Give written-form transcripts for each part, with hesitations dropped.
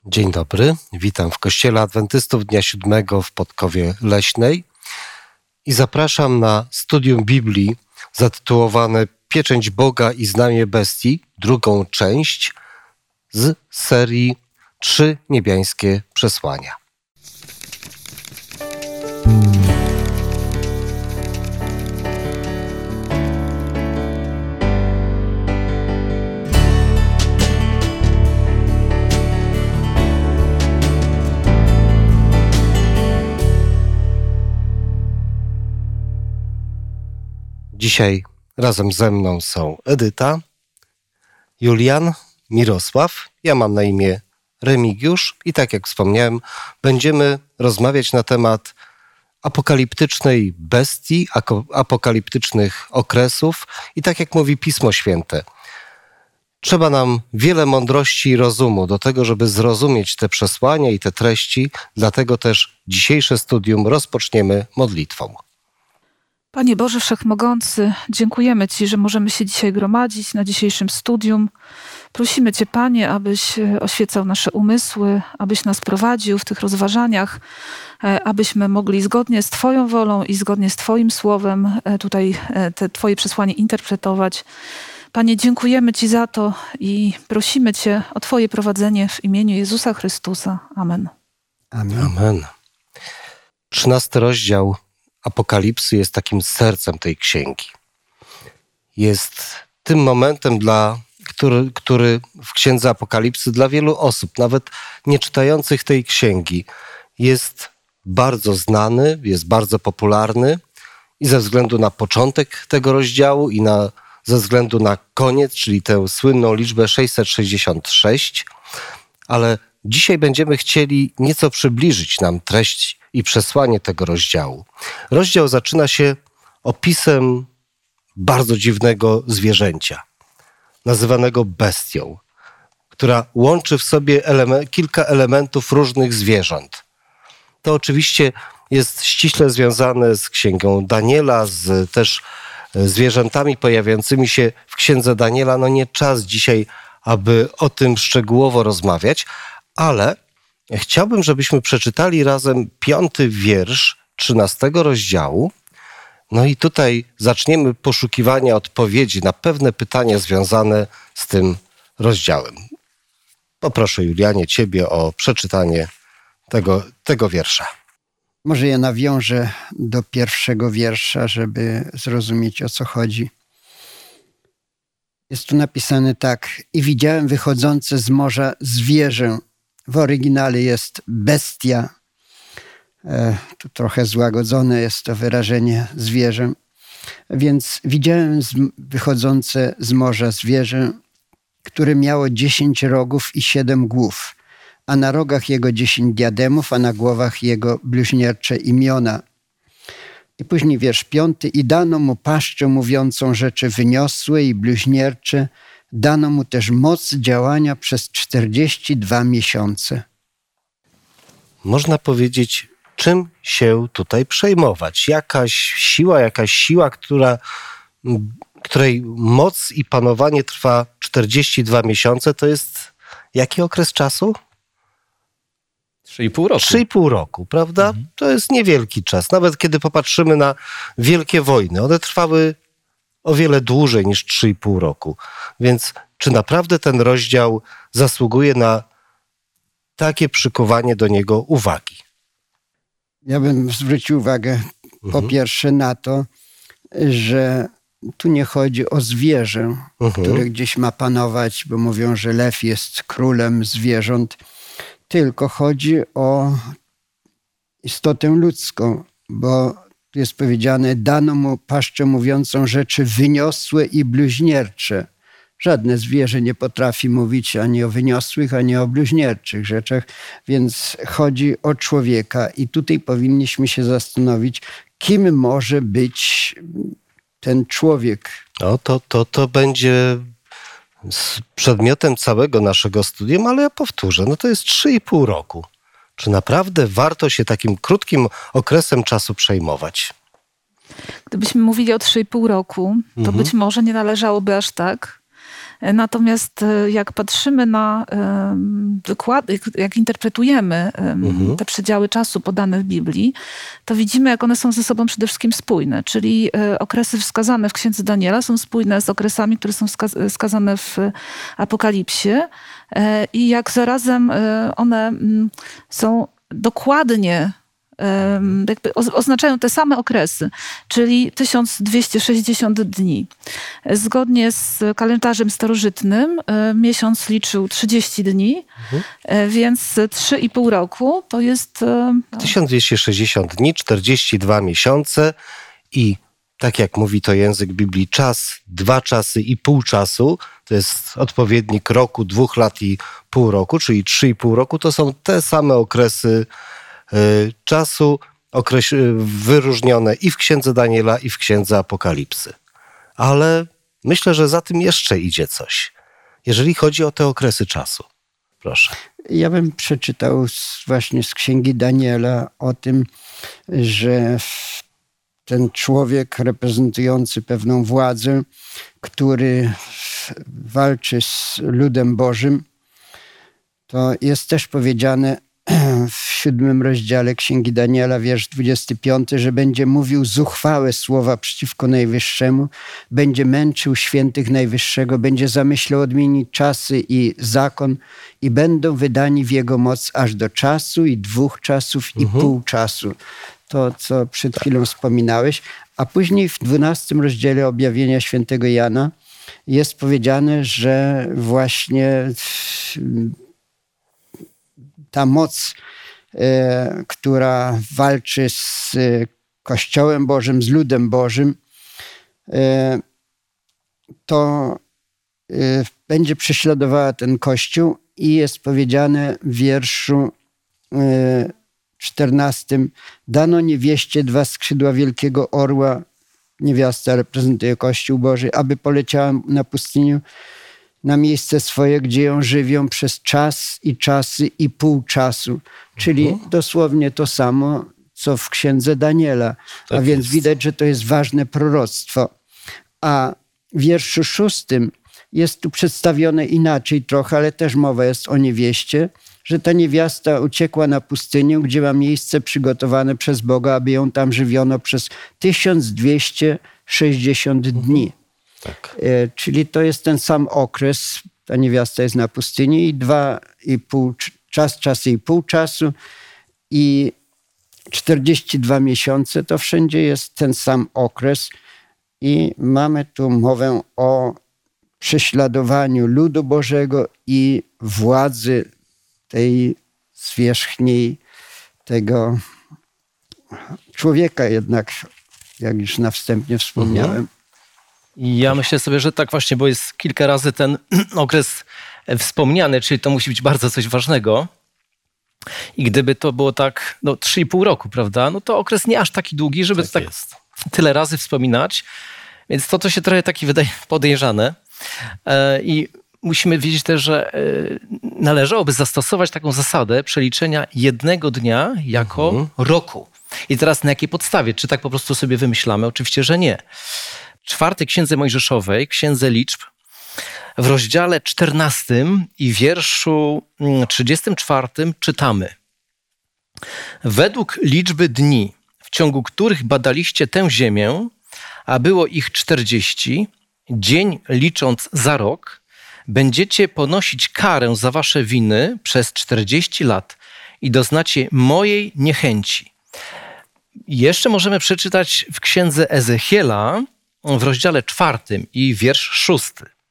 Dzień dobry, witam w Kościele Adwentystów Dnia Siódmego w Podkowie Leśnej i zapraszam na studium Biblii zatytułowane Pieczęć Boga i Znamie Bestii, drugą część z serii 3 niebiańskie przesłania. Dzisiaj razem ze mną są Edyta, Julian, Mirosław, ja mam na imię Remigiusz i tak jak wspomniałem, będziemy rozmawiać na temat apokaliptycznej bestii, apokaliptycznych okresów i tak jak mówi Pismo Święte, trzeba nam wiele mądrości i rozumu do tego, żeby zrozumieć te przesłania i te treści, dlatego też dzisiejsze studium rozpoczniemy modlitwą. Panie Boże Wszechmogący, dziękujemy Ci, że możemy się dzisiaj gromadzić na dzisiejszym studium. Prosimy Cię, Panie, abyś oświecał nasze umysły, abyś nas prowadził w tych rozważaniach, abyśmy mogli zgodnie z Twoją wolą i zgodnie z Twoim słowem tutaj te Twoje przesłanie interpretować. Panie, dziękujemy Ci za to i prosimy Cię o Twoje prowadzenie w imieniu Jezusa Chrystusa. Amen. Amen. 13 rozdział Apokalipsy jest takim sercem tej księgi. Jest tym momentem, który w księdze Apokalipsy dla wielu osób, nawet nie czytających tej księgi, jest bardzo znany, jest bardzo popularny i ze względu na początek tego rozdziału i ze względu na koniec, czyli tę słynną liczbę 666, ale dzisiaj będziemy chcieli nieco przybliżyć nam treść i przesłanie tego rozdziału. Rozdział zaczyna się opisem bardzo dziwnego zwierzęcia, nazywanego bestią, która łączy w sobie kilka elementów różnych zwierząt. To oczywiście jest ściśle związane z księgą Daniela, z też zwierzętami pojawiającymi się w księdze Daniela. No nie czas dzisiaj, aby o tym szczegółowo rozmawiać, ale chciałbym, żebyśmy przeczytali razem 5. wiersz 13 rozdziału. No i tutaj zaczniemy poszukiwania odpowiedzi na pewne pytania związane z tym rozdziałem. Poproszę, Julianie, Ciebie o przeczytanie tego wiersza. Może ja nawiążę do pierwszego wiersza, żeby zrozumieć, o co chodzi. Jest tu napisane tak. I widziałem wychodzące z morza zwierzę. W oryginale jest bestia. Tu trochę złagodzone jest to wyrażenie zwierzę. Więc widziałem wychodzące z morza zwierzę, które miało 10 rogów i 7 głów, a na rogach jego 10 diademów, a na głowach jego bluźniercze imiona. I później wiersz 5. I dano mu paszczę mówiącą rzeczy wyniosłe i bluźniercze, dano mu też moc działania przez 42 miesiące. Można powiedzieć, czym się tutaj przejmować? Jakaś siła, której moc i panowanie trwa 42 miesiące, to jest jaki okres czasu? 3,5 roku. 3,5 roku, prawda? To jest niewielki czas. Nawet kiedy popatrzymy na wielkie wojny, one trwały o wiele dłużej niż 3,5 roku. Więc czy naprawdę ten rozdział zasługuje na takie przykuwanie do niego uwagi? Ja bym zwrócił uwagę po pierwsze na to, że tu nie chodzi o zwierzę, które gdzieś ma panować, bo mówią, że lew jest królem zwierząt, tylko chodzi o istotę ludzką, bo tu jest powiedziane, dano mu paszczę mówiącą rzeczy wyniosłe i bluźniercze. Żadne zwierzę nie potrafi mówić ani o wyniosłych, ani o bluźnierczych rzeczach, więc chodzi o człowieka i tutaj powinniśmy się zastanowić, kim może być ten człowiek. No to będzie przedmiotem całego naszego studium, ale ja powtórzę, to jest 3,5 roku. Czy naprawdę warto się takim krótkim okresem czasu przejmować? Gdybyśmy mówili o 3,5 roku, to być może nie należałoby aż tak. Natomiast jak patrzymy na wykłady, jak interpretujemy te przedziały czasu podane w Biblii, to widzimy, jak one są ze sobą przede wszystkim spójne. Czyli okresy wskazane w Księdze Daniela są spójne z okresami, które są wskazane w Apokalipsie i jak zarazem one są dokładnie jakby oznaczają te same okresy, czyli 1260 dni. Zgodnie z kalendarzem starożytnym miesiąc liczył 30 dni, więc 3,5 roku to jest... 1260 dni, 42 miesiące i tak jak mówi to język Biblii, czas, 2 czasy i pół czasu, to jest odpowiednik roku, 2 lat i pół roku, czyli 3,5 roku, to są te same okresy czasu, wyróżnione i w Księdze Daniela, i w Księdze Apokalipsy. Ale myślę, że za tym jeszcze idzie coś, jeżeli chodzi o te okresy czasu. Proszę. Ja bym przeczytał właśnie z Księgi Daniela o tym, że ten człowiek reprezentujący pewną władzę, który walczy z ludem Bożym, to jest też powiedziane w 7 rozdziale Księgi Daniela, wiersz 25, że będzie mówił zuchwałe słowa przeciwko Najwyższemu, będzie męczył świętych Najwyższego, będzie zamyślał odmienić czasy i zakon i będą wydani w jego moc aż do czasu i 2 czasów i pół czasu. To, co przed chwilą wspominałeś. A później w 12 rozdziale Objawienia świętego Jana jest powiedziane, że właśnie ta moc, która walczy z Kościołem Bożym, z ludem Bożym, to będzie prześladowała ten Kościół i jest powiedziane w wierszu 14. Dano niewieście 2 skrzydła wielkiego orła, niewiasta reprezentuje Kościół Boży, aby poleciała na pustynię, na miejsce swoje, gdzie ją żywią przez czas i czasy i pół czasu. Czyli dosłownie to samo, co w Księdze Daniela. Tak a więc jest. Widać, że to jest ważne proroctwo. A w wierszu 6 jest tu przedstawione inaczej trochę, ale też mowa jest o niewieście, że ta niewiasta uciekła na pustynię, gdzie ma miejsce przygotowane przez Boga, aby ją tam żywiono przez 1260 dni. Tak. Czyli to jest ten sam okres, ta niewiasta jest na pustyni i 2,5 czasy i pół czasu i 42 miesiące, to wszędzie jest ten sam okres i mamy tu mowę o prześladowaniu ludu Bożego i władzy tej zwierzchniej, tego człowieka jednak, jak już na wstępie wspomniałem. Ja myślę sobie, że tak właśnie, bo jest kilka razy ten okres wspomniany, czyli to musi być bardzo coś ważnego. I gdyby to było tak 3,5 roku, prawda, no to okres nie aż taki długi, żeby tak to tak tyle razy wspominać. Więc to się trochę taki wydaje podejrzane. I musimy wiedzieć też, że należałoby zastosować taką zasadę przeliczenia jednego dnia jako roku. I teraz na jakiej podstawie? Czy tak po prostu sobie wymyślamy? Oczywiście, że nie. W 4 Księdze Mojżeszowej, Księdze Liczb, w rozdziale 14 i wierszu 34 czytamy: według liczby dni, w ciągu których badaliście tę ziemię, a było ich 40, dzień licząc za rok, będziecie ponosić karę za wasze winy przez 40 lat i doznacie mojej niechęci. Jeszcze możemy przeczytać w Księdze Ezechiela w rozdziale 4 i wiersz 6.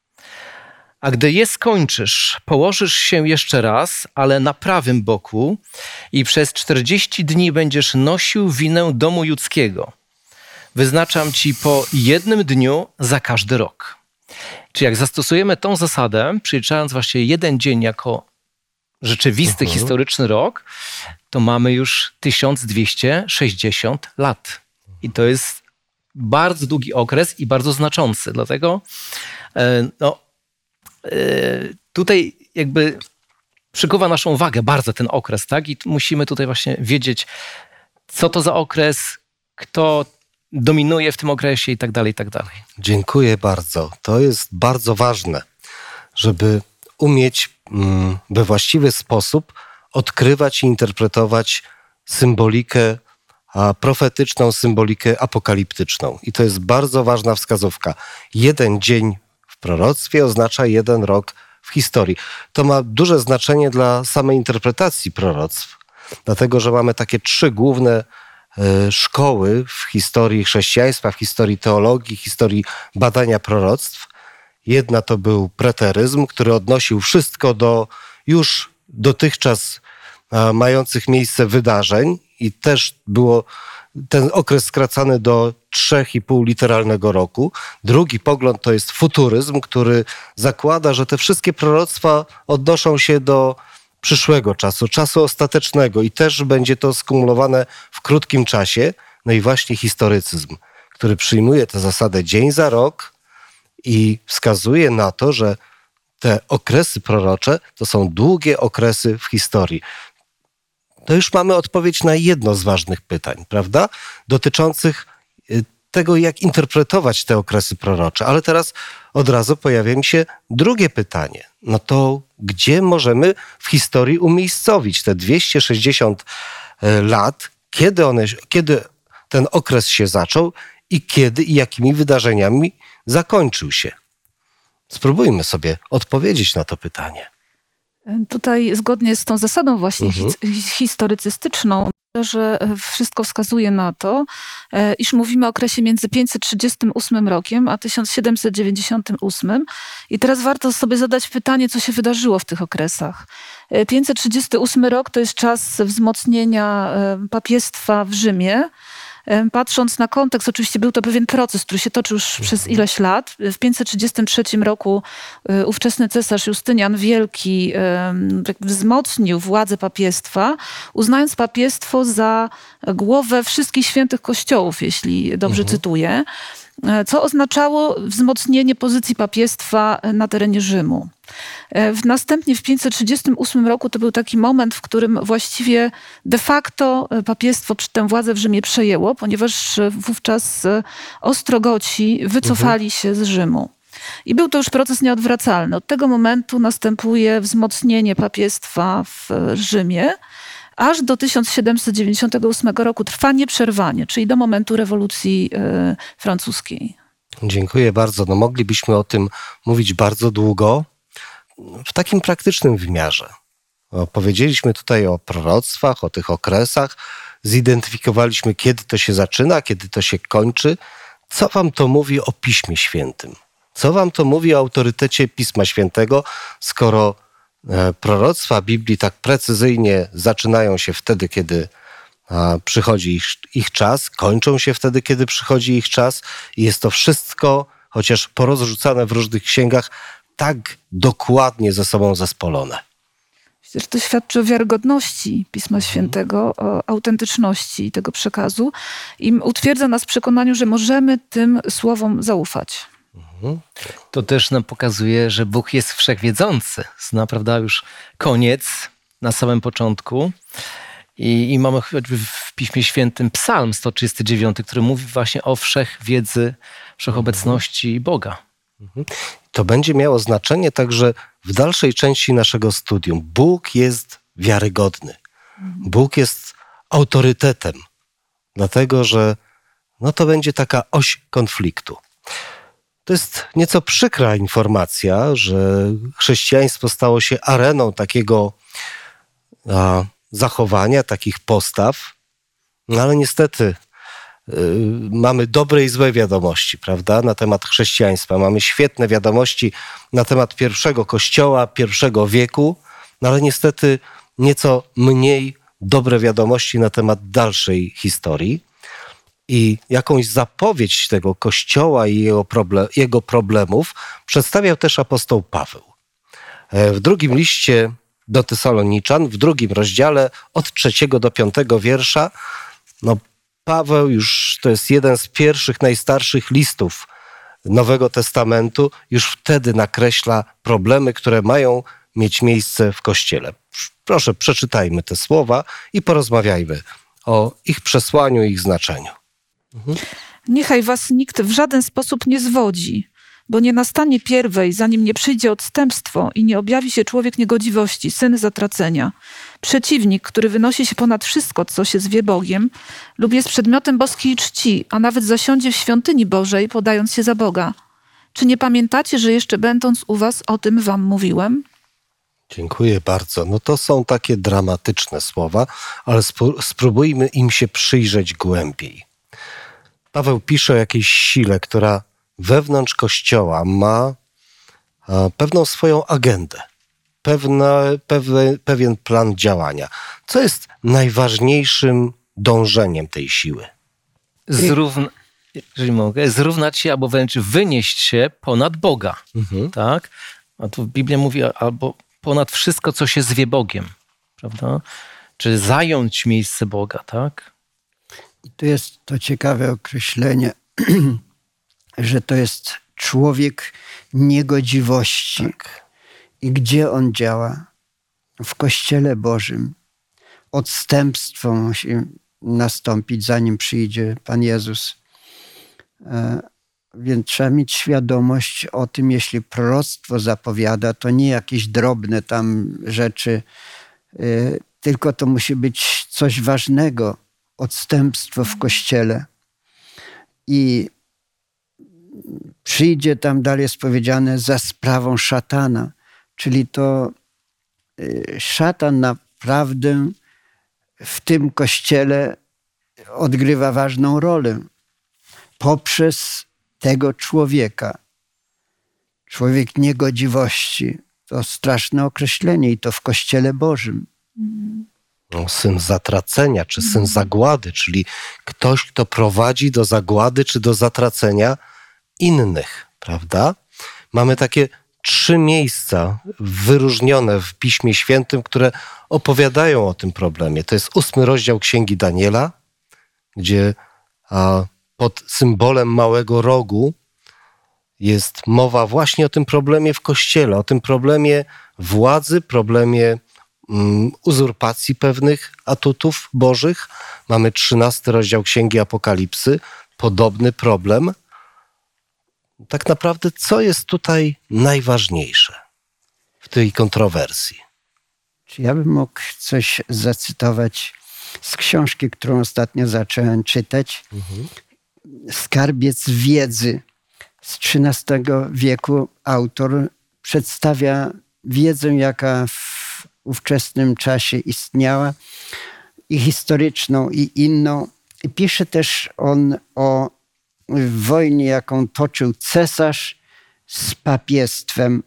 A gdy je skończysz, położysz się jeszcze raz, ale na prawym boku i przez 40 dni będziesz nosił winę domu judzkiego. Wyznaczam ci po 1 dniu za każdy rok. Czyli jak zastosujemy tą zasadę, przeliczając właśnie 1 dzień jako rzeczywisty, historyczny rok, to mamy już 1260 lat. I to jest bardzo długi okres i bardzo znaczący. Dlatego tutaj jakby przykuwa naszą uwagę bardzo ten okres, tak? I musimy tutaj właśnie wiedzieć, co to za okres, kto dominuje w tym okresie i tak dalej, i tak dalej. Dziękuję bardzo. To jest bardzo ważne. żeby umieć we właściwy sposób odkrywać i interpretować symbolikę profetyczną, symbolikę apokaliptyczną. I to jest bardzo ważna wskazówka. 1 dzień w proroctwie oznacza 1 rok w historii. To ma duże znaczenie dla samej interpretacji proroctw, dlatego że mamy takie 3 główne szkoły w historii chrześcijaństwa, w historii teologii, historii badania proroctw. Jedna to był preteryzm, który odnosił wszystko do już dotychczas mających miejsce wydarzeń i też było ten okres skracany do 3,5 literalnego roku. Drugi pogląd to jest futuryzm, który zakłada, że te wszystkie proroctwa odnoszą się do przyszłego czasu, czasu ostatecznego i też będzie to skumulowane w krótkim czasie. No i właśnie historycyzm, który przyjmuje tę zasadę dzień za rok i wskazuje na to, że te okresy prorocze to są długie okresy w historii. To już mamy odpowiedź na jedno z ważnych pytań, prawda? Dotyczących tego, jak interpretować te okresy prorocze. Ale teraz od razu pojawia mi się drugie pytanie. No to gdzie możemy w historii umiejscowić te 260 lat, kiedy ten okres się zaczął i kiedy i jakimi wydarzeniami zakończył się? Spróbujmy sobie odpowiedzieć na to pytanie. Tutaj zgodnie z tą zasadą właśnie historycystyczną, że wszystko wskazuje na to, iż mówimy o okresie między 538 rokiem a 1798. I teraz warto sobie zadać pytanie, co się wydarzyło w tych okresach. 538 rok to jest czas wzmocnienia papiestwa w Rzymie. Patrząc na kontekst, oczywiście był to pewien proces, który się toczył już przez ileś lat. W 533 roku ówczesny cesarz Justynian Wielki wzmocnił władzę papiestwa, uznając papiestwo za głowę wszystkich świętych kościołów, jeśli dobrze cytuję, co oznaczało wzmocnienie pozycji papiestwa na terenie Rzymu. Następnie w 538 roku to był taki moment, w którym właściwie de facto papiestwo tę władzę w Rzymie przejęło, ponieważ wówczas Ostrogoci wycofali się z Rzymu. I był to już proces nieodwracalny. Od tego momentu następuje wzmocnienie papiestwa w Rzymie, aż do 1798 roku trwa nieprzerwanie, czyli do momentu rewolucji francuskiej. Dziękuję bardzo. No moglibyśmy o tym mówić bardzo długo w takim praktycznym wymiarze. Powiedzieliśmy tutaj o proroctwach, o tych okresach, zidentyfikowaliśmy, kiedy to się zaczyna, kiedy to się kończy. Co wam to mówi o Piśmie Świętym? Co wam to mówi o autorytecie Pisma Świętego, skoro proroctwa Biblii tak precyzyjnie zaczynają się wtedy, kiedy przychodzi ich czas, kończą się wtedy, kiedy przychodzi ich czas i jest to wszystko, chociaż porozrzucane w różnych księgach, tak dokładnie ze sobą zespolone. Myślę, że to świadczy o wiarygodności Pisma Świętego, o autentyczności tego przekazu i utwierdza nas w przekonaniu, że możemy tym słowom zaufać. To też nam pokazuje, że Bóg jest wszechwiedzący. Zna, prawda, już koniec na samym początku. I mamy choćby w Piśmie Świętym Psalm 139, który mówi właśnie o wszechwiedzy, wszechobecności Boga. To będzie miało znaczenie także w dalszej części naszego studium. Bóg jest wiarygodny. Bóg jest autorytetem. Dlatego, że to będzie taka oś konfliktu. To jest nieco przykra informacja, że chrześcijaństwo stało się areną takiego zachowania, takich postaw, ale niestety mamy dobre i złe wiadomości, prawda, na temat chrześcijaństwa. Mamy świetne wiadomości na temat pierwszego kościoła, pierwszego wieku, ale niestety nieco mniej dobre wiadomości na temat dalszej historii. I jakąś zapowiedź tego kościoła i jego problemów przedstawiał też apostoł Paweł. W drugim liście do Tesaloniczan, w 2 rozdziale od 3 do 5 wiersza, Paweł już to jest jeden z pierwszych, najstarszych listów Nowego Testamentu, już wtedy nakreśla problemy, które mają mieć miejsce w Kościele. Proszę, przeczytajmy te słowa i porozmawiajmy o ich przesłaniu i ich znaczeniu. Niechaj was nikt w żaden sposób nie zwodzi. Bo nie nastanie pierwej, zanim nie przyjdzie odstępstwo i nie objawi się człowiek niegodziwości, syn zatracenia. Przeciwnik, który wynosi się ponad wszystko, co się zwie Bogiem, lub jest przedmiotem boskiej czci, a nawet zasiądzie w świątyni Bożej, podając się za Boga. Czy nie pamiętacie, że jeszcze będąc u was o tym wam mówiłem? Dziękuję bardzo. No to są takie dramatyczne słowa, ale spróbujmy im się przyjrzeć głębiej. Paweł pisze o jakiejś sile, która wewnątrz Kościoła ma pewną swoją agendę, pewien plan działania. Co jest najważniejszym dążeniem tej siły? Jeżeli mogę, zrównać się albo wręcz wynieść się ponad Boga. Tak? A tu Biblia mówi albo ponad wszystko, co się zwie Bogiem. Prawda? Czy zająć miejsce Boga, tak? I to jest to ciekawe określenie, że to jest człowiek niegodziwości. Tak. I gdzie on działa? W Kościele Bożym. Odstępstwo musi nastąpić, zanim przyjdzie Pan Jezus. Więc trzeba mieć świadomość o tym, jeśli proroctwo zapowiada, to nie jakieś drobne tam rzeczy, tylko to musi być coś ważnego. Odstępstwo w Kościele. I przyjdzie tam, dalej jest powiedziane, za sprawą szatana. Czyli to szatan naprawdę w tym Kościele odgrywa ważną rolę. Poprzez tego człowieka. Człowiek niegodziwości. To straszne określenie i to w Kościele Bożym. Syn zatracenia, czy syn zagłady, czyli ktoś, kto prowadzi do zagłady, czy do zatracenia innych, prawda? Mamy takie 3 miejsca wyróżnione w Piśmie Świętym, które opowiadają o tym problemie. To jest 8 rozdział Księgi Daniela, gdzie pod symbolem małego rogu jest mowa właśnie o tym problemie w Kościele, o tym problemie władzy, problemie uzurpacji pewnych atutów bożych. Mamy 13 rozdział Księgi Apokalipsy, podobny problem. Tak naprawdę, co jest tutaj najważniejsze w tej kontrowersji? Czy ja bym mógł coś zacytować z książki, którą ostatnio zacząłem czytać? Skarbiec wiedzy z XIII wieku. Autor przedstawia wiedzę, jaka w ówczesnym czasie istniała, i historyczną, i inną. I pisze też on o wojnie, jaką toczył cesarz z papiestwem.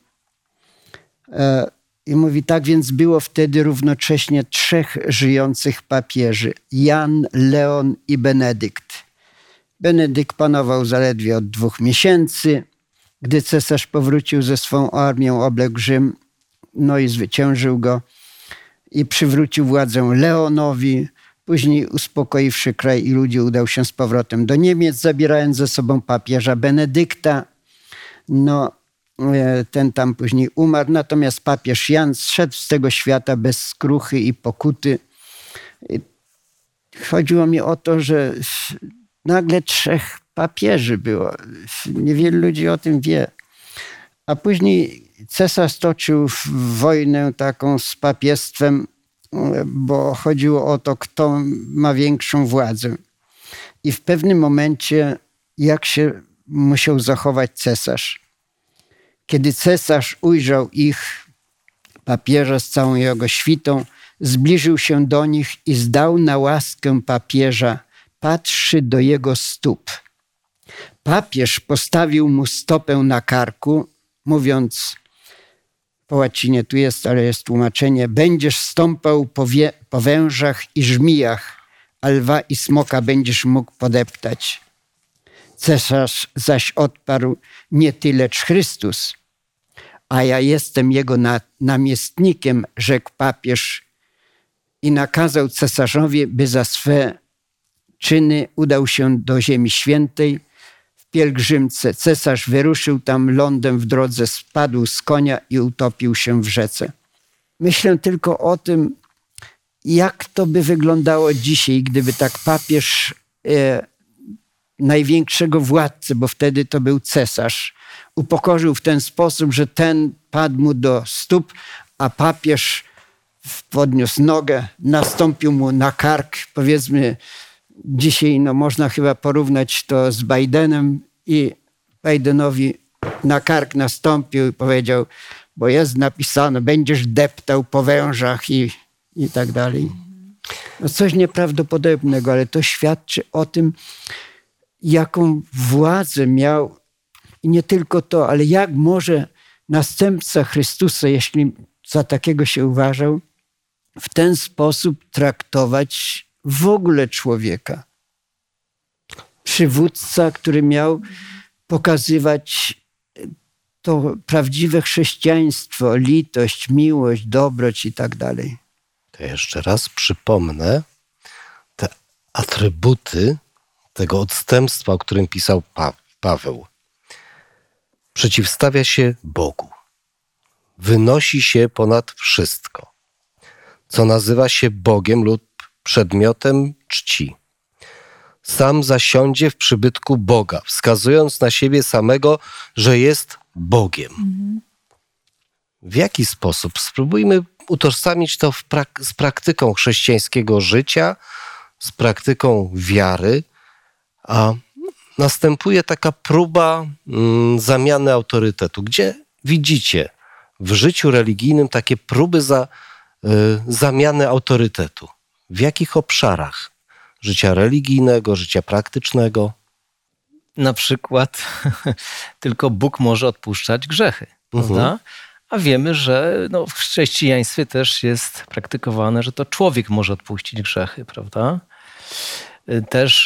I mówi, tak więc było wtedy równocześnie 3 żyjących papieży. Jan, Leon i Benedykt. Benedykt panował zaledwie od 2 miesięcy. Gdy cesarz powrócił ze swą armią, obległ Rzym, no i zwyciężył go i przywrócił władzę Leonowi. Później, uspokoiwszy kraj i ludzi, udał się z powrotem do Niemiec, zabierając ze sobą papieża Benedykta. No, ten tam później umarł. Natomiast papież Jan zszedł z tego świata bez skruchy i pokuty. Chodziło mi o to, że nagle 3 papieży było. Niewielu ludzi o tym wie. A później cesarz toczył wojnę taką z papiestwem, bo chodziło o to, kto ma większą władzę. I w pewnym momencie, jak się musiał zachować cesarz? Kiedy cesarz ujrzał ich, papieża z całą jego świtą, zbliżył się do nich i zdał na łaskę papieża, patrzy do jego stóp. Papież postawił mu stopę na karku, mówiąc, po łacinie tu jest, ale jest tłumaczenie, będziesz stąpał po wężach i żmijach, a lwa i smoka będziesz mógł podeptać. Cesarz zaś odparł, nie ty, lecz Chrystus, a ja jestem jego namiestnikiem, rzekł papież i nakazał cesarzowi, by za swe czyny udał się do Ziemi Świętej w pielgrzymce. Cesarz wyruszył tam lądem w drodze, spadł z konia i utopił się w rzece. Myślę tylko o tym, jak to by wyglądało dzisiaj, gdyby tak papież największego władcę, bo wtedy to był cesarz. Upokorzył w ten sposób, że ten padł mu do stóp, a papież podniósł nogę, nastąpił mu na kark. Powiedzmy, dzisiaj można chyba porównać to z Bidenem i Bidenowi na kark nastąpił i powiedział, bo jest napisane, będziesz deptał po wężach i tak dalej. No coś nieprawdopodobnego, ale to świadczy o tym, jaką władzę miał i nie tylko to, ale jak może następca Chrystusa, jeśli za takiego się uważał, w ten sposób traktować w ogóle człowieka. Przywódca, który miał pokazywać to prawdziwe chrześcijaństwo, litość, miłość, dobroć i tak dalej. To jeszcze raz przypomnę te atrybuty tego odstępstwa, o którym pisał Paweł. Przeciwstawia się Bogu. Wynosi się ponad wszystko, co nazywa się Bogiem lub przedmiotem czci. Sam zasiądzie w przybytku Boga, wskazując na siebie samego, że jest Bogiem. W jaki sposób? Spróbujmy utożsamić to z praktyką chrześcijańskiego życia, z praktyką wiary, a następuje taka próba zamiany autorytetu. Gdzie widzicie w życiu religijnym takie próby zamiany autorytetu? W jakich obszarach życia religijnego, życia praktycznego? Na przykład tylko Bóg może odpuszczać grzechy, prawda? A wiemy, że w chrześcijaństwie też jest praktykowane, że to człowiek może odpuścić grzechy, prawda? Też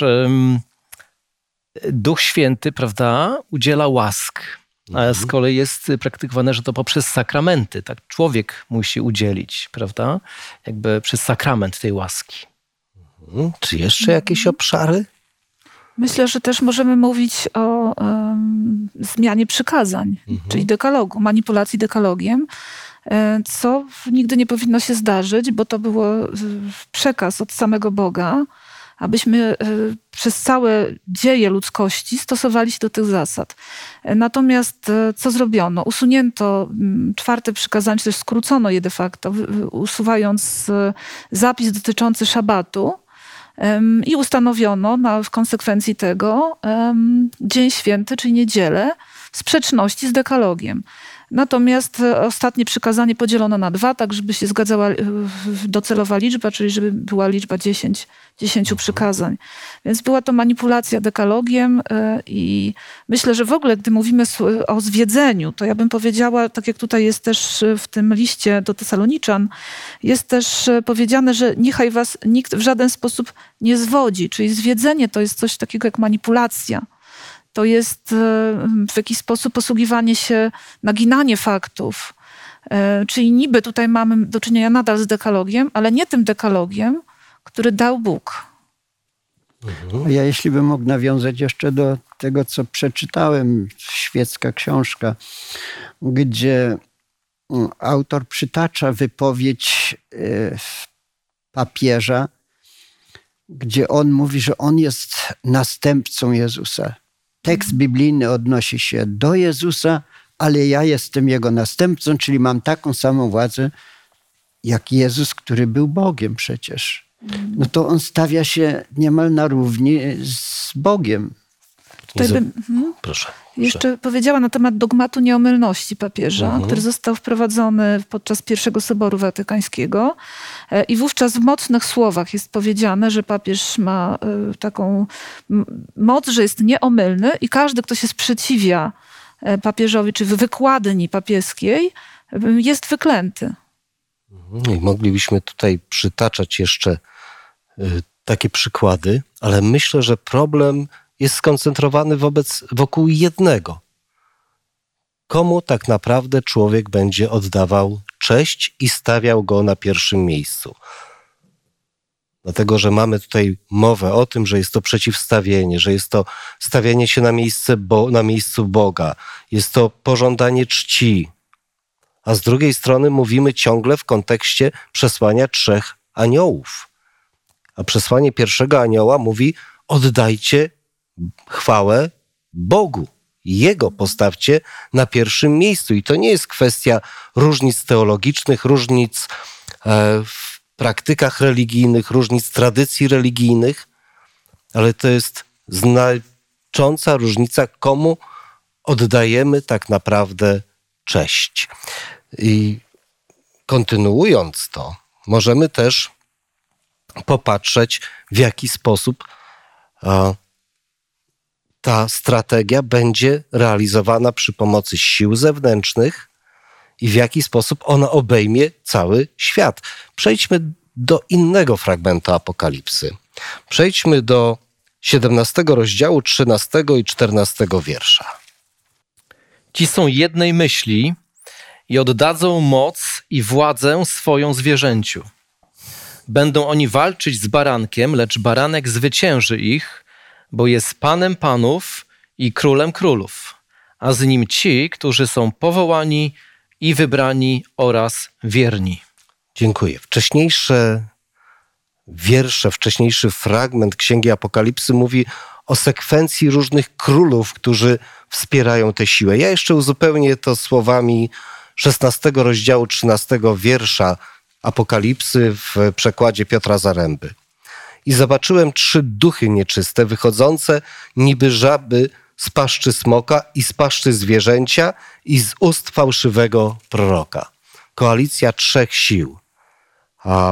Duch Święty, prawda, udziela łask. A z kolei jest praktykowane, że to poprzez sakramenty, tak, człowiek musi udzielić, prawda, jakby przez sakrament tej łaski. Czy jeszcze jakieś obszary? Myślę, że też możemy mówić o zmianie przykazań, czyli dekalogu, manipulacji dekalogiem, co nigdy nie powinno się zdarzyć, bo to było przekaz od samego Boga, abyśmy przez całe dzieje ludzkości stosowali się do tych zasad. Natomiast co zrobiono? Usunięto 4. przykazanie, czy też skrócono je de facto, usuwając zapis dotyczący szabatu i ustanowiono w konsekwencji tego Dzień Święty, czyli niedzielę, w sprzeczności z dekalogiem. Natomiast ostatnie przykazanie podzielono na 2, tak żeby się zgadzała docelowa liczba, czyli żeby była liczba 10 przykazań. Więc była to manipulacja dekalogiem i myślę, że w ogóle, gdy mówimy o zwiedzeniu, to ja bym powiedziała, tak jak tutaj jest też w tym liście do Tesaloniczan, jest też powiedziane, że niechaj was nikt w żaden sposób nie zwodzi. Czyli zwiedzenie to jest coś takiego jak manipulacja. To jest w jakiś sposób posługiwanie się, naginanie faktów. Czyli niby tutaj mamy do czynienia nadal z dekalogiem, ale nie tym dekalogiem, który dał Bóg. Ja jeśli bym mógł nawiązać jeszcze do tego, co przeczytałem, świecka książka, gdzie autor przytacza wypowiedź papieża, gdzie on mówi, że on jest następcą Jezusa. Tekst biblijny odnosi się do Jezusa, ale ja jestem Jego następcą, czyli mam taką samą władzę jak Jezus, który był Bogiem przecież. No to on stawia się niemal na równi z Bogiem. Tutaj bym jeszcze powiedziała na temat dogmatu nieomylności papieża, który został wprowadzony podczas I Soboru Watykańskiego. I wówczas w mocnych słowach jest powiedziane, że papież ma taką moc, że jest nieomylny i każdy, kto się sprzeciwia papieżowi, czy wykładni papieskiej, jest wyklęty. I moglibyśmy tutaj przytaczać jeszcze takie przykłady, ale myślę, że problem jest skoncentrowany wokół jednego. Komu tak naprawdę człowiek będzie oddawał cześć i stawiał go na pierwszym miejscu? Dlatego, że mamy tutaj mowę o tym, że jest to przeciwstawienie, że jest to stawianie się na miejscu Boga, jest to pożądanie czci. A z drugiej strony mówimy ciągle w kontekście przesłania 3 aniołów. A przesłanie pierwszego anioła mówi: oddajcie chwałę Bogu. Jego postawcie na pierwszym miejscu. I to nie jest kwestia różnic teologicznych, różnic w praktykach religijnych, różnic tradycji religijnych, ale to jest znacząca różnica, komu oddajemy tak naprawdę cześć. I kontynuując to, możemy też popatrzeć, w jaki sposób ta strategia będzie realizowana przy pomocy sił zewnętrznych i w jaki sposób ona obejmie cały świat. Przejdźmy do innego fragmentu Apokalipsy. Przejdźmy do 17 rozdziału, 13 i 14 wiersza. Ci są jednej myśli i oddadzą moc i władzę swoją zwierzęciu. Będą oni walczyć z barankiem, lecz baranek zwycięży ich, bo jest Panem panów i Królem królów, a z nim ci, którzy są powołani i wybrani oraz wierni. Dziękuję. Wcześniejsze wiersze, wcześniejszy fragment Księgi Apokalipsy mówi o sekwencji różnych królów, którzy wspierają tę siłę. Ja jeszcze uzupełnię to słowami 16 rozdziału 13 wiersza Apokalipsy w przekładzie Piotra Zaręby. I zobaczyłem 3 duchy nieczyste, wychodzące niby żaby z paszczy smoka i z paszczy zwierzęcia i z ust fałszywego proroka. Koalicja 3 sił. A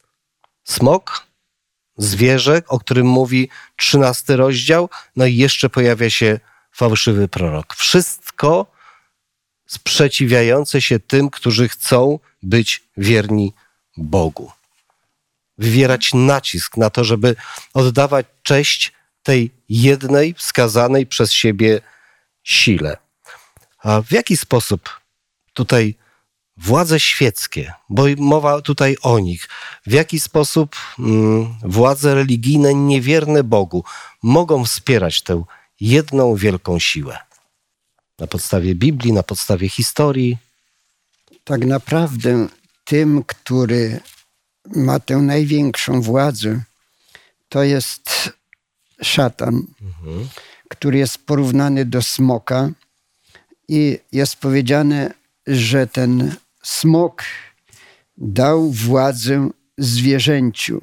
smok, zwierzę, o którym mówi 13 rozdział, no i jeszcze pojawia się fałszywy prorok. Wszystko sprzeciwiające się tym, którzy chcą być wierni Bogu. Wywierać nacisk na to, żeby oddawać cześć tej jednej wskazanej przez siebie sile. A w jaki sposób tutaj władze świeckie, bo mowa tutaj o nich, w jaki sposób władze religijne niewierne Bogu mogą wspierać tę jedną wielką siłę? Na podstawie Biblii, na podstawie historii? Tak naprawdę tym, który ma tę największą władzę, to jest szatan, który jest porównany do smoka i jest powiedziane, że ten smok dał władzę zwierzęciu.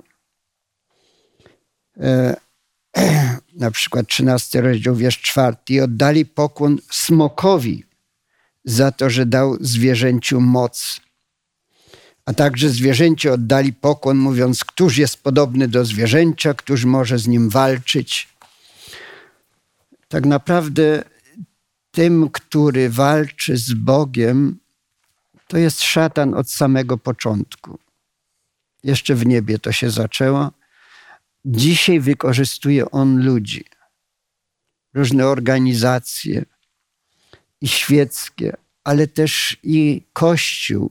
Na przykład 13 rozdział, wiersz 4. I oddali pokłon smokowi za to, że dał zwierzęciu moc. A także zwierzęciu oddali pokłon, mówiąc, któż jest podobny do zwierzęcia, któż może z nim walczyć. Tak naprawdę tym, który walczy z Bogiem, to jest szatan od samego początku. Jeszcze w niebie to się zaczęło. Dzisiaj wykorzystuje on ludzi. Różne organizacje i świeckie, ale też i Kościół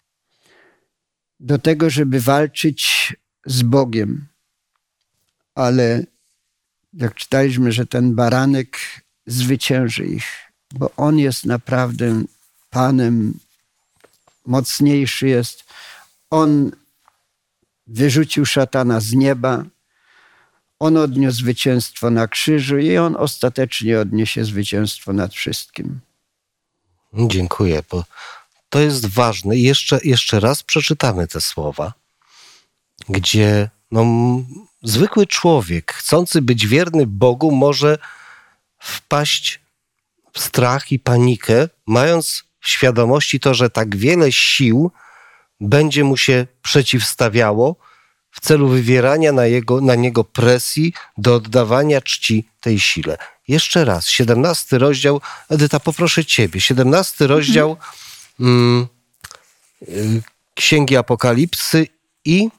do tego, żeby walczyć z Bogiem. Ale jak czytaliśmy, że ten baranek zwycięży ich, bo on jest naprawdę Panem, mocniejszy jest. On wyrzucił szatana z nieba, on odniósł zwycięstwo na krzyżu i on ostatecznie odniesie zwycięstwo nad wszystkim. Dziękuję, bo to jest ważne. I jeszcze raz przeczytamy te słowa, gdzie zwykły człowiek, chcący być wierny Bogu, może wpaść w strach i panikę, mając w świadomości to, że tak wiele sił będzie mu się przeciwstawiało w celu wywierania na niego presji do oddawania czci tej sile. Jeszcze raz, 17 rozdział, Edyta, poproszę ciebie, 17 rozdział Księgi Apokalipsy i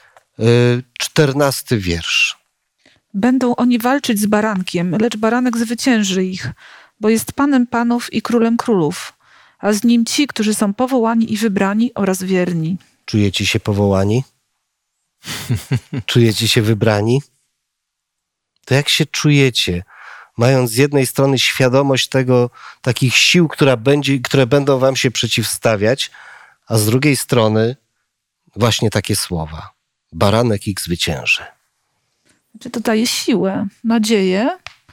14 wiersz. Będą oni walczyć z barankiem, lecz baranek zwycięży ich, bo jest Panem panów i Królem królów, a z nim ci, którzy są powołani i wybrani oraz wierni. Czujecie się powołani? Czujecie się wybrani? To jak się czujecie, mając z jednej strony świadomość tego, takich sił, które będą wam się przeciwstawiać, a z drugiej strony właśnie takie słowa. Baranek ich zwycięży. To daje siłę, nadzieję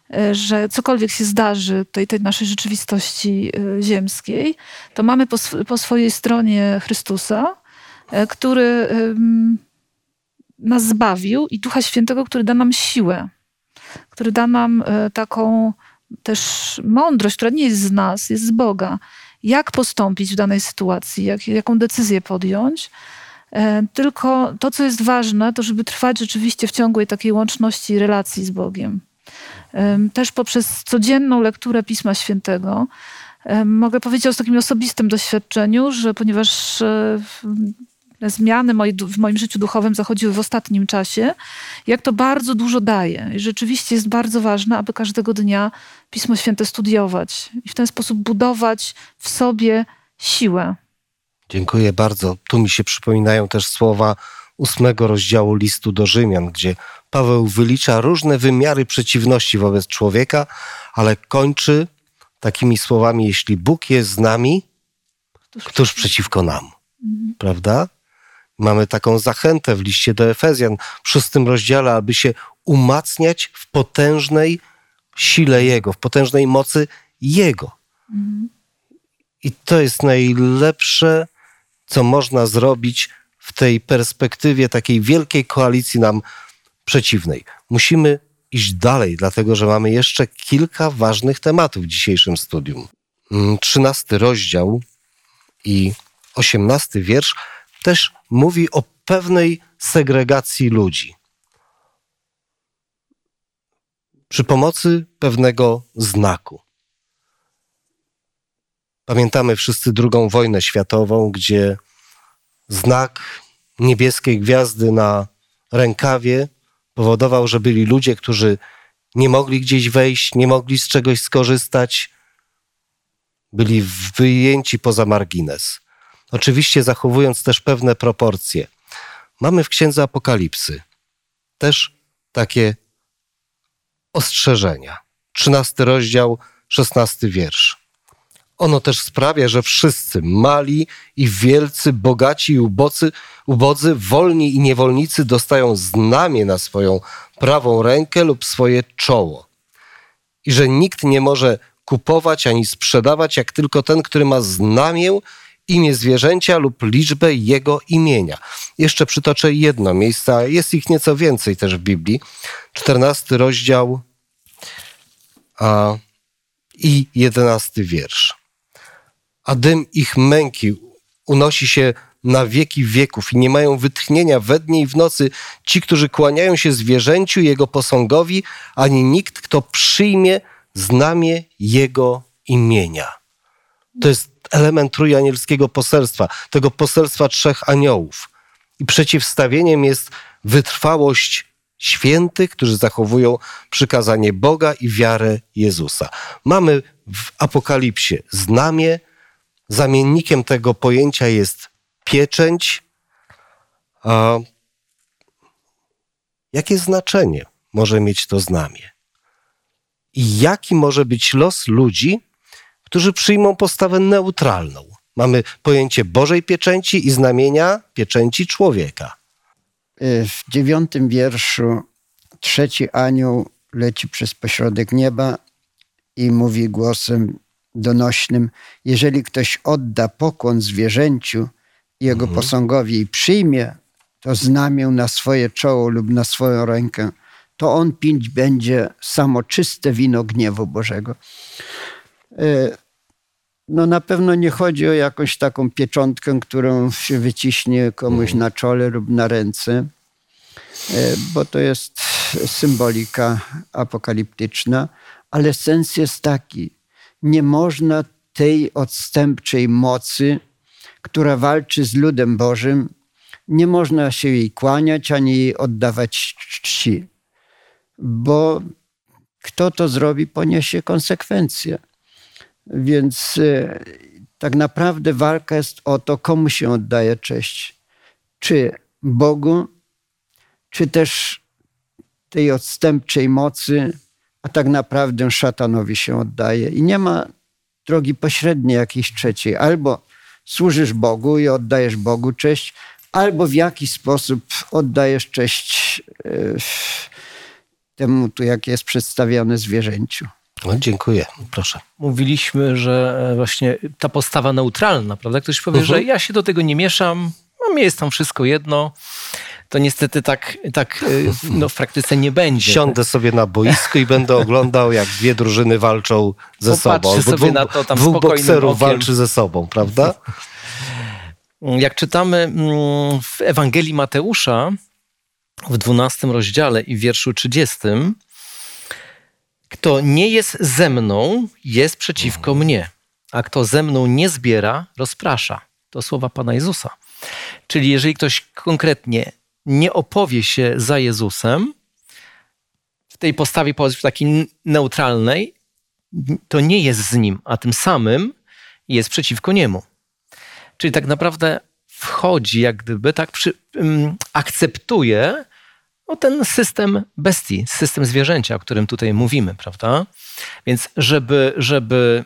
że cokolwiek się zdarzy tej naszej rzeczywistości ziemskiej, to mamy po swojej stronie Chrystusa, który nas zbawił, i Ducha Świętego, który da nam siłę, który da nam taką też mądrość, która nie jest z nas, jest z Boga. Jak postąpić w danej sytuacji, jaką decyzję podjąć. Tylko to, co jest ważne, to żeby trwać rzeczywiście w ciągłej takiej łączności relacji z Bogiem. Też poprzez codzienną lekturę Pisma Świętego mogę powiedzieć o takim osobistym doświadczeniu, że ponieważ zmiany w moim życiu duchowym zachodziły w ostatnim czasie, jak to bardzo dużo daje. I rzeczywiście jest bardzo ważne, aby każdego dnia Pismo Święte studiować i w ten sposób budować w sobie siłę. Dziękuję bardzo. Tu mi się przypominają też słowa 8 rozdziału listu do Rzymian, gdzie Paweł wylicza różne wymiary przeciwności wobec człowieka, ale kończy takimi słowami: jeśli Bóg jest z nami, któż przeciwko nam? Prawda? Mamy taką zachętę w liście do Efezjan w 6 rozdziale, aby się umacniać w potężnej sile Jego, w potężnej mocy Jego. I to jest najlepsze, co można zrobić w tej perspektywie takiej wielkiej koalicji nam przeciwnej. Musimy iść dalej, dlatego że mamy jeszcze kilka ważnych tematów w dzisiejszym studium. 13 rozdział i 18 wiersz też mówi o pewnej segregacji ludzi. Przy pomocy pewnego znaku. Pamiętamy wszyscy II wojnę światową, gdzie znak niebieskiej gwiazdy na rękawie powodował, że byli ludzie, którzy nie mogli gdzieś wejść, nie mogli z czegoś skorzystać, byli wyjęci poza margines. Oczywiście zachowując też pewne proporcje. Mamy w Księdze Apokalipsy też takie ostrzeżenia. 13 rozdział, 16 wiersz. Ono też sprawia, że wszyscy, mali i wielcy, bogaci i ubodzy, wolni i niewolnicy dostają znamię na swoją prawą rękę lub swoje czoło. I że nikt nie może kupować ani sprzedawać, jak tylko ten, który ma znamię, imię zwierzęcia lub liczbę jego imienia. Jeszcze przytoczę jedno miejsce, a jest ich nieco więcej też w Biblii. 14 rozdział i 11 wiersz. A dym ich męki unosi się na wieki wieków i nie mają wytchnienia we dnie i w nocy ci, którzy kłaniają się zwierzęciu, jego posągowi, ani nikt, kto przyjmie znamię jego imienia. To jest element trójanielskiego poselstwa, tego poselstwa 3 aniołów. I przeciwstawieniem jest wytrwałość świętych, którzy zachowują przykazanie Boga i wiarę Jezusa. Mamy w Apokalipsie znamię. Zamiennikiem tego pojęcia jest pieczęć. Jakie znaczenie może mieć to znamie? I jaki może być los ludzi, którzy przyjmą postawę neutralną? Mamy pojęcie Bożej pieczęci i znamienia pieczęci człowieka. W 9 wierszu 3 anioł leci przez pośrodek nieba i mówi głosem donośnym: jeżeli ktoś odda pokłon zwierzęciu i jego posągowi i przyjmie to znamię na swoje czoło lub na swoją rękę, to on pić będzie samo czyste wino gniewu Bożego. No na pewno nie chodzi o jakąś taką pieczątkę, którą się wyciśnie komuś na czole lub na ręce, bo to jest symbolika apokaliptyczna, ale sens jest taki: nie można tej odstępczej mocy, która walczy z ludem Bożym, nie można się jej kłaniać, ani jej oddawać czci. Bo kto to zrobi, poniesie konsekwencje. Więc tak naprawdę walka jest o to, komu się oddaje cześć. Czy Bogu, czy też tej odstępczej mocy, a tak naprawdę szatanowi się oddaje. I nie ma drogi pośredniej jakiejś trzeciej. Albo służysz Bogu i oddajesz Bogu cześć, albo w jakiś sposób oddajesz cześć temu, tu jak jest przedstawione zwierzęciu. No, dziękuję, proszę. Mówiliśmy, że właśnie ta postawa neutralna, prawda? Ktoś powie, że ja się do tego nie mieszam, a mi jest tam wszystko jedno. To niestety tak w praktyce nie będzie. Siądę sobie na boisku i będę oglądał, jak dwie drużyny walczą ze sobą. Albo sobie na to tam dwóch bokserów okiem. walczy ze sobą, prawda? Jak czytamy w Ewangelii Mateusza w 12 rozdziale i w wierszu 30, kto nie jest ze mną, jest przeciwko mnie, a kto ze mną nie zbiera, rozprasza. To słowa Pana Jezusa. Czyli jeżeli ktoś konkretnie nie opowie się za Jezusem, w tej postawie takiej neutralnej, to nie jest z Nim, a tym samym jest przeciwko Niemu. Czyli tak naprawdę wchodzi, jak gdyby, akceptuje ten system bestii, system zwierzęcia, o którym tutaj mówimy, prawda? Więc żeby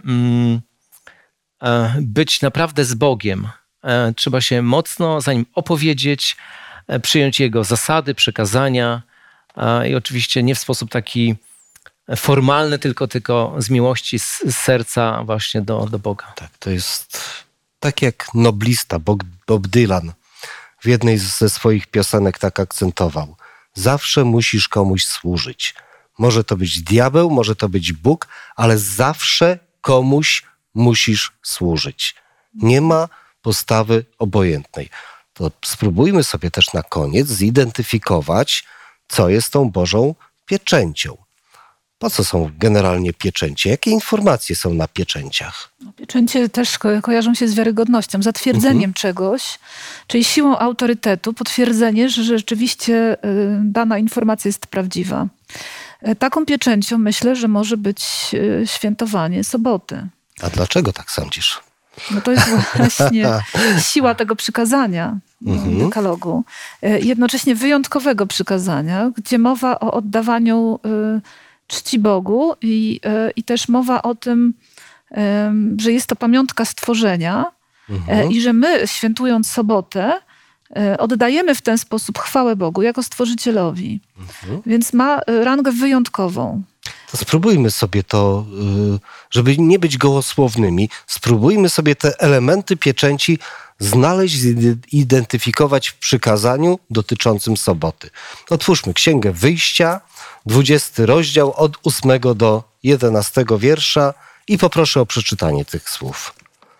być naprawdę z Bogiem, trzeba się mocno za Nim opowiedzieć, przyjąć Jego zasady, przykazania i oczywiście nie w sposób taki formalny, tylko z miłości, z serca właśnie do Boga. Tak, to jest tak jak noblista Bob Dylan w jednej ze swoich piosenek tak akcentował. Zawsze musisz komuś służyć. Może to być diabeł, może to być Bóg, ale zawsze komuś musisz służyć. Nie ma postawy obojętnej. To spróbujmy sobie też na koniec zidentyfikować, co jest tą Bożą pieczęcią. Po co są generalnie pieczęcie? Jakie informacje są na pieczęciach? Pieczęcie też kojarzą się z wiarygodnością, zatwierdzeniem czegoś, czyli siłą autorytetu, potwierdzenie, że rzeczywiście dana informacja jest prawdziwa. Taką pieczęcią myślę, że może być świętowanie soboty. A dlaczego tak sądzisz? No to jest właśnie siła tego przykazania dekalogu. Jednocześnie wyjątkowego przykazania, gdzie mowa o oddawaniu czci Bogu i też mowa o tym, że jest to pamiątka stworzenia i że my, świętując sobotę, oddajemy w ten sposób chwałę Bogu jako Stworzycielowi. Więc ma rangę wyjątkową. To spróbujmy sobie to, żeby nie być gołosłownymi, spróbujmy sobie te elementy pieczęci znaleźć, zidentyfikować w przykazaniu dotyczącym soboty. Otwórzmy Księgę Wyjścia, 20 rozdział od 8 do 11 wiersza i poproszę o przeczytanie tych słów.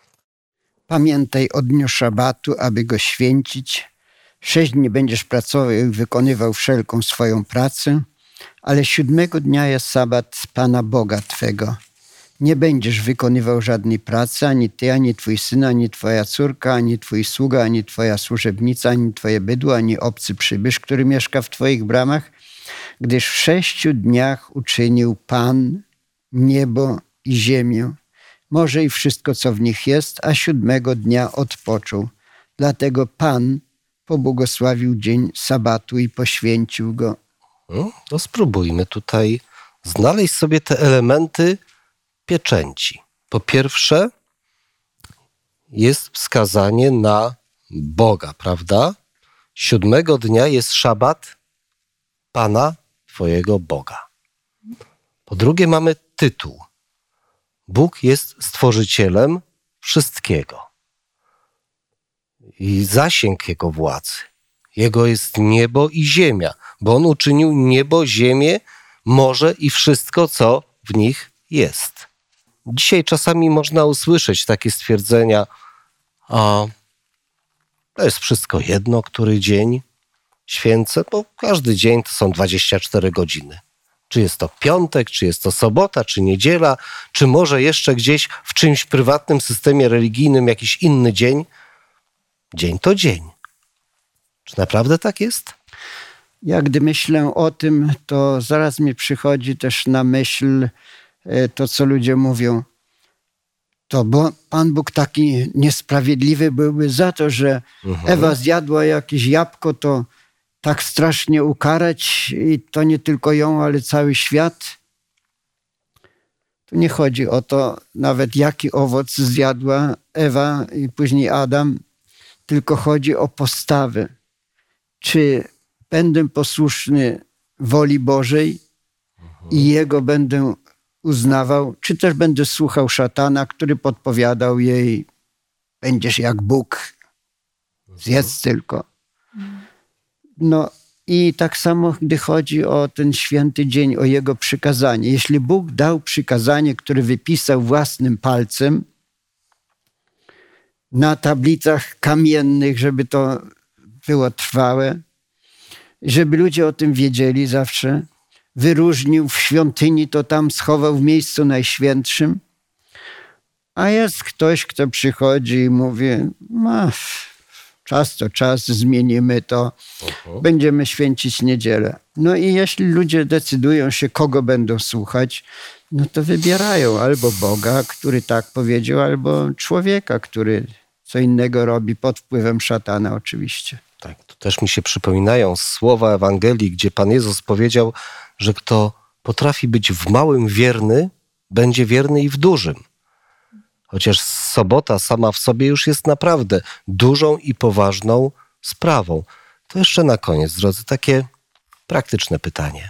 Pamiętaj o dniu szabatu, aby go święcić. 6 dni będziesz pracował i wykonywał wszelką swoją pracę, ale 7 dnia jest sabat Pana Boga Twego. Nie będziesz wykonywał żadnej pracy, ani ty, ani twój syn, ani twoja córka, ani twój sługa, ani twoja służebnica, ani twoje bydło, ani obcy przybysz, który mieszka w twoich bramach, gdyż w 6 dniach uczynił Pan niebo i ziemię, morze i wszystko, co w nich jest, a 7 dnia odpoczął. Dlatego Pan pobłogosławił dzień sabatu i poświęcił go. To spróbujmy tutaj znaleźć sobie te elementy pieczęci. Po pierwsze jest wskazanie na Boga, prawda? 7 dnia jest szabat Pana Twojego Boga. Po drugie mamy tytuł. Bóg jest stworzycielem wszystkiego. I zasięg Jego władzy. Jego jest niebo i ziemia, bo On uczynił niebo, ziemię, morze i wszystko, co w nich jest. Dzisiaj czasami można usłyszeć takie stwierdzenia, a to jest wszystko jedno, który dzień święcę, bo każdy dzień to są 24 godziny. Czy jest to piątek, czy jest to sobota, czy niedziela, czy może jeszcze gdzieś w czymś prywatnym systemie religijnym jakiś inny dzień. Dzień to dzień. Czy naprawdę tak jest? Ja gdy myślę o tym, to zaraz mi przychodzi też na myśl to, co ludzie mówią. To bo Pan Bóg taki niesprawiedliwy byłby za to, że Ewa zjadła jakieś jabłko, to tak strasznie ukarać i to nie tylko ją, ale cały świat. Tu nie chodzi o to nawet jaki owoc zjadła Ewa i później Adam, tylko chodzi o postawę. Czy będę posłuszny woli Bożej, i jego będę uznawał, czy też będę słuchał szatana, który podpowiadał jej, będziesz jak Bóg, zjedz tylko. No i tak samo, gdy chodzi o ten święty dzień, o jego przykazanie. Jeśli Bóg dał przykazanie, które wypisał własnym palcem na tablicach kamiennych, żeby to było trwałe, żeby ludzie o tym wiedzieli zawsze, wyróżnił w świątyni, to tam schował w miejscu najświętszym, a jest ktoś, kto przychodzi i mówi, czas to czas, zmienimy to, będziemy święcić niedzielę. No i jeśli ludzie decydują się, kogo będą słuchać, no to wybierają albo Boga, który tak powiedział, albo człowieka, który co innego robi, pod wpływem szatana oczywiście. Tak, tu też mi się przypominają słowa Ewangelii, gdzie Pan Jezus powiedział, że kto potrafi być w małym wierny, będzie wierny i w dużym. Chociaż sobota sama w sobie już jest naprawdę dużą i poważną sprawą. To jeszcze na koniec, drodzy, takie praktyczne pytanie.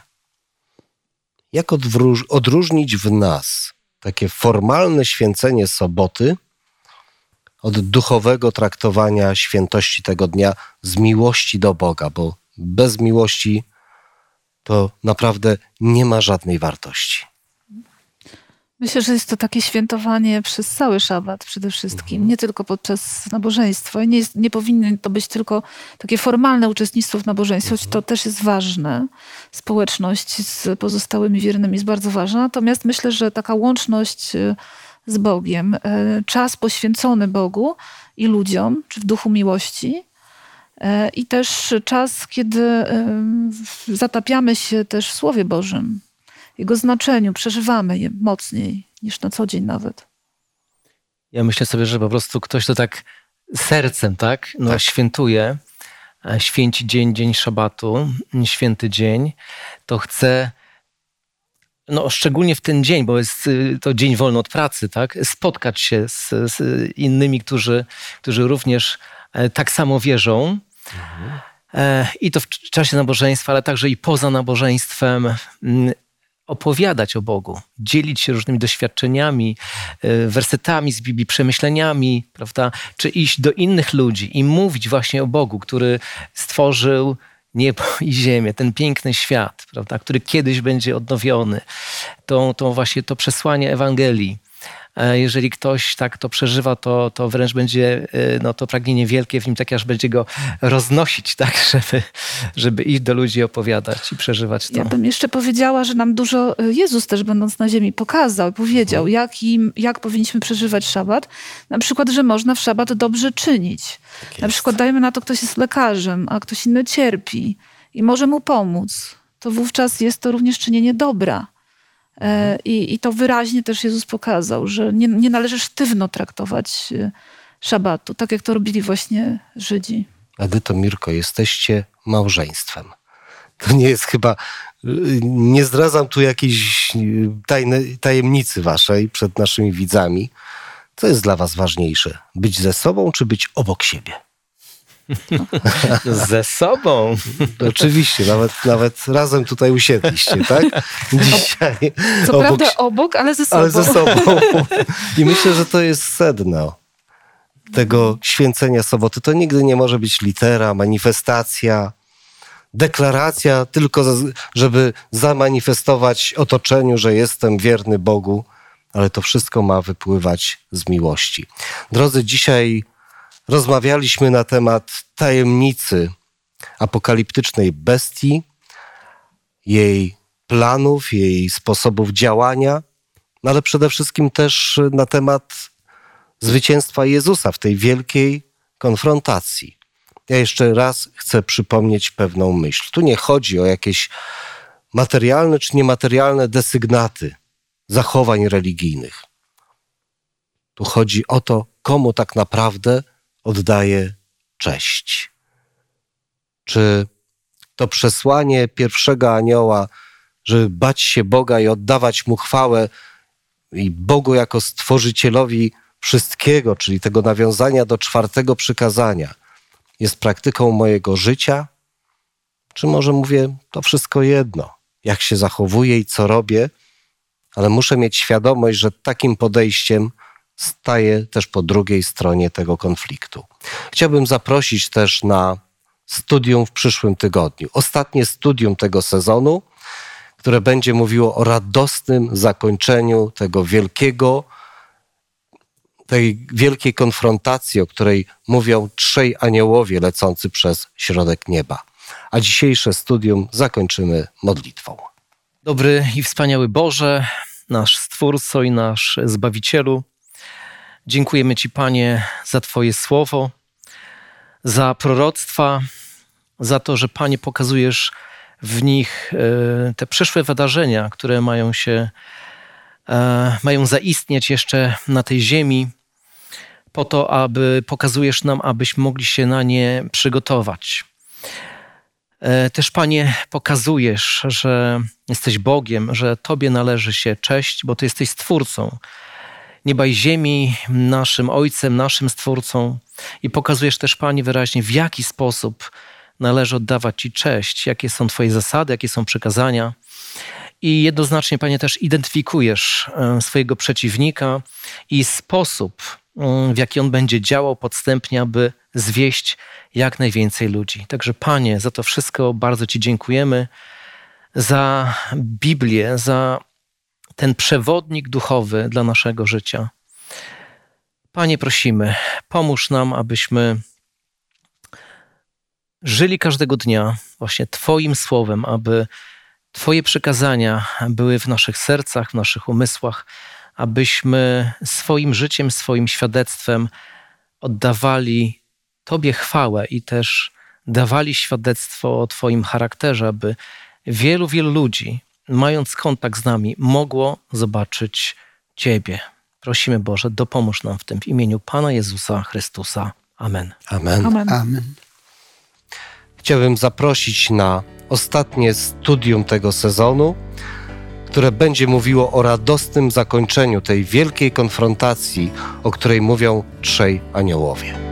Jak odróżnić w nas takie formalne święcenie soboty od duchowego traktowania świętości tego dnia z miłości do Boga? Bo bez miłości to naprawdę nie ma żadnej wartości. Myślę, że jest to takie świętowanie przez cały szabat przede wszystkim, nie tylko podczas nabożeństwa. I nie powinno to być tylko takie formalne uczestnictwo w nabożeństwie, choć to też jest ważne. Społeczność z pozostałymi wiernymi jest bardzo ważna. Natomiast myślę, że taka łączność z Bogiem, czas poświęcony Bogu i ludziom, czy w duchu miłości, i też czas, kiedy zatapiamy się też w Słowie Bożym, jego znaczeniu, przeżywamy je mocniej niż na co dzień nawet. Ja myślę sobie, że po prostu ktoś to tak sercem, tak? Świętuje, święci dzień z święty dzień, to chce, szczególnie w ten dzień, bo jest to dzień wolny od pracy, tak? Spotkać się z innymi, którzy również tak samo wierzą. I to w czasie nabożeństwa, ale także i poza nabożeństwem, opowiadać o Bogu, dzielić się różnymi doświadczeniami, wersetami z Biblii, przemyśleniami, prawda? Czy iść do innych ludzi i mówić właśnie o Bogu, który stworzył niebo i ziemię, ten piękny świat, prawda? Który kiedyś będzie odnowiony. To właśnie to przesłanie Ewangelii. Jeżeli ktoś tak to przeżywa, to wręcz będzie to pragnienie wielkie w nim takie, aż będzie go roznosić, tak, żeby iść do ludzi, opowiadać i przeżywać to. Ja bym jeszcze powiedziała, że nam dużo Jezus też będąc na ziemi pokazał, powiedział, jak powinniśmy przeżywać szabat. Na przykład, że można w szabat dobrze czynić. Tak na przykład dajmy na to, ktoś jest lekarzem, a ktoś inny cierpi i może mu pomóc. To wówczas jest to również czynienie dobra. I to wyraźnie też Jezus pokazał, że nie należy sztywno traktować szabatu, tak jak to robili właśnie Żydzi. Edyto, Mirko, jesteście małżeństwem. To nie jest chyba... Nie zdradzam tu jakiejś tajemnicy waszej przed naszymi widzami. Co jest dla was ważniejsze? Być ze sobą, czy być obok siebie? Ze sobą. Oczywiście, nawet razem tutaj usiedliście, tak? Dzisiaj. Co prawda obok, ale ze sobą. Ale ze sobą. I myślę, że to jest sedno tego święcenia soboty. To nigdy nie może być litera, manifestacja, deklaracja, tylko żeby zamanifestować otoczeniu, że jestem wierny Bogu, ale to wszystko ma wypływać z miłości. Drodzy, dzisiaj rozmawialiśmy na temat tajemnicy apokaliptycznej bestii, jej planów, jej sposobów działania, ale przede wszystkim też na temat zwycięstwa Jezusa w tej wielkiej konfrontacji. Ja jeszcze raz chcę przypomnieć pewną myśl. Tu nie chodzi o jakieś materialne czy niematerialne desygnaty zachowań religijnych. Tu chodzi o to, komu tak naprawdę oddaje cześć. Czy to przesłanie pierwszego anioła, żeby bać się Boga i oddawać Mu chwałę i Bogu jako Stworzycielowi wszystkiego, czyli tego nawiązania do 4. przykazania, jest praktyką mojego życia? Czy może mówię, to wszystko jedno. jak się zachowuję i co robię, ale muszę mieć świadomość, że takim podejściem staję też po drugiej stronie tego konfliktu. Chciałbym zaprosić też na studium w przyszłym tygodniu. Ostatnie studium tego sezonu, które będzie mówiło o radosnym zakończeniu tej wielkiej konfrontacji, o której mówią trzej aniołowie lecący przez środek nieba. A dzisiejsze studium zakończymy modlitwą. Dobry i wspaniały Boże, nasz Stwórco i nasz Zbawicielu, dziękujemy Ci, Panie, za Twoje słowo, za proroctwa, za to, że, Panie, pokazujesz w nich te przyszłe wydarzenia, które mają zaistnieć jeszcze na tej ziemi, po to, aby pokazujesz nam, abyśmy mogli się na nie przygotować. Też, Panie, pokazujesz, że jesteś Bogiem, że Tobie należy się cześć, bo Ty jesteś Stwórcą nieba i ziemi, naszym Ojcem, naszym Stwórcą. I pokazujesz też, Panie, wyraźnie, w jaki sposób należy oddawać Ci cześć, jakie są Twoje zasady, jakie są przykazania. I jednoznacznie, Panie, też identyfikujesz swojego przeciwnika i sposób, w jaki on będzie działał podstępnie, aby zwieść jak najwięcej ludzi. Także, Panie, za to wszystko bardzo Ci dziękujemy, za Biblię, za ten przewodnik duchowy dla naszego życia. Panie, prosimy, pomóż nam, abyśmy żyli każdego dnia właśnie Twoim słowem, aby Twoje przykazania były w naszych sercach, w naszych umysłach, abyśmy swoim życiem, swoim świadectwem oddawali Tobie chwałę i też dawali świadectwo o Twoim charakterze, aby wielu, wielu ludzi, mając kontakt z nami, mogło zobaczyć Ciebie. Prosimy, Boże, dopomóż nam w tym w imieniu Pana Jezusa Chrystusa. Amen. Amen. Amen. Amen. Chciałbym zaprosić na ostatnie studium tego sezonu, które będzie mówiło o radosnym zakończeniu tej wielkiej konfrontacji, o której mówią trzej aniołowie.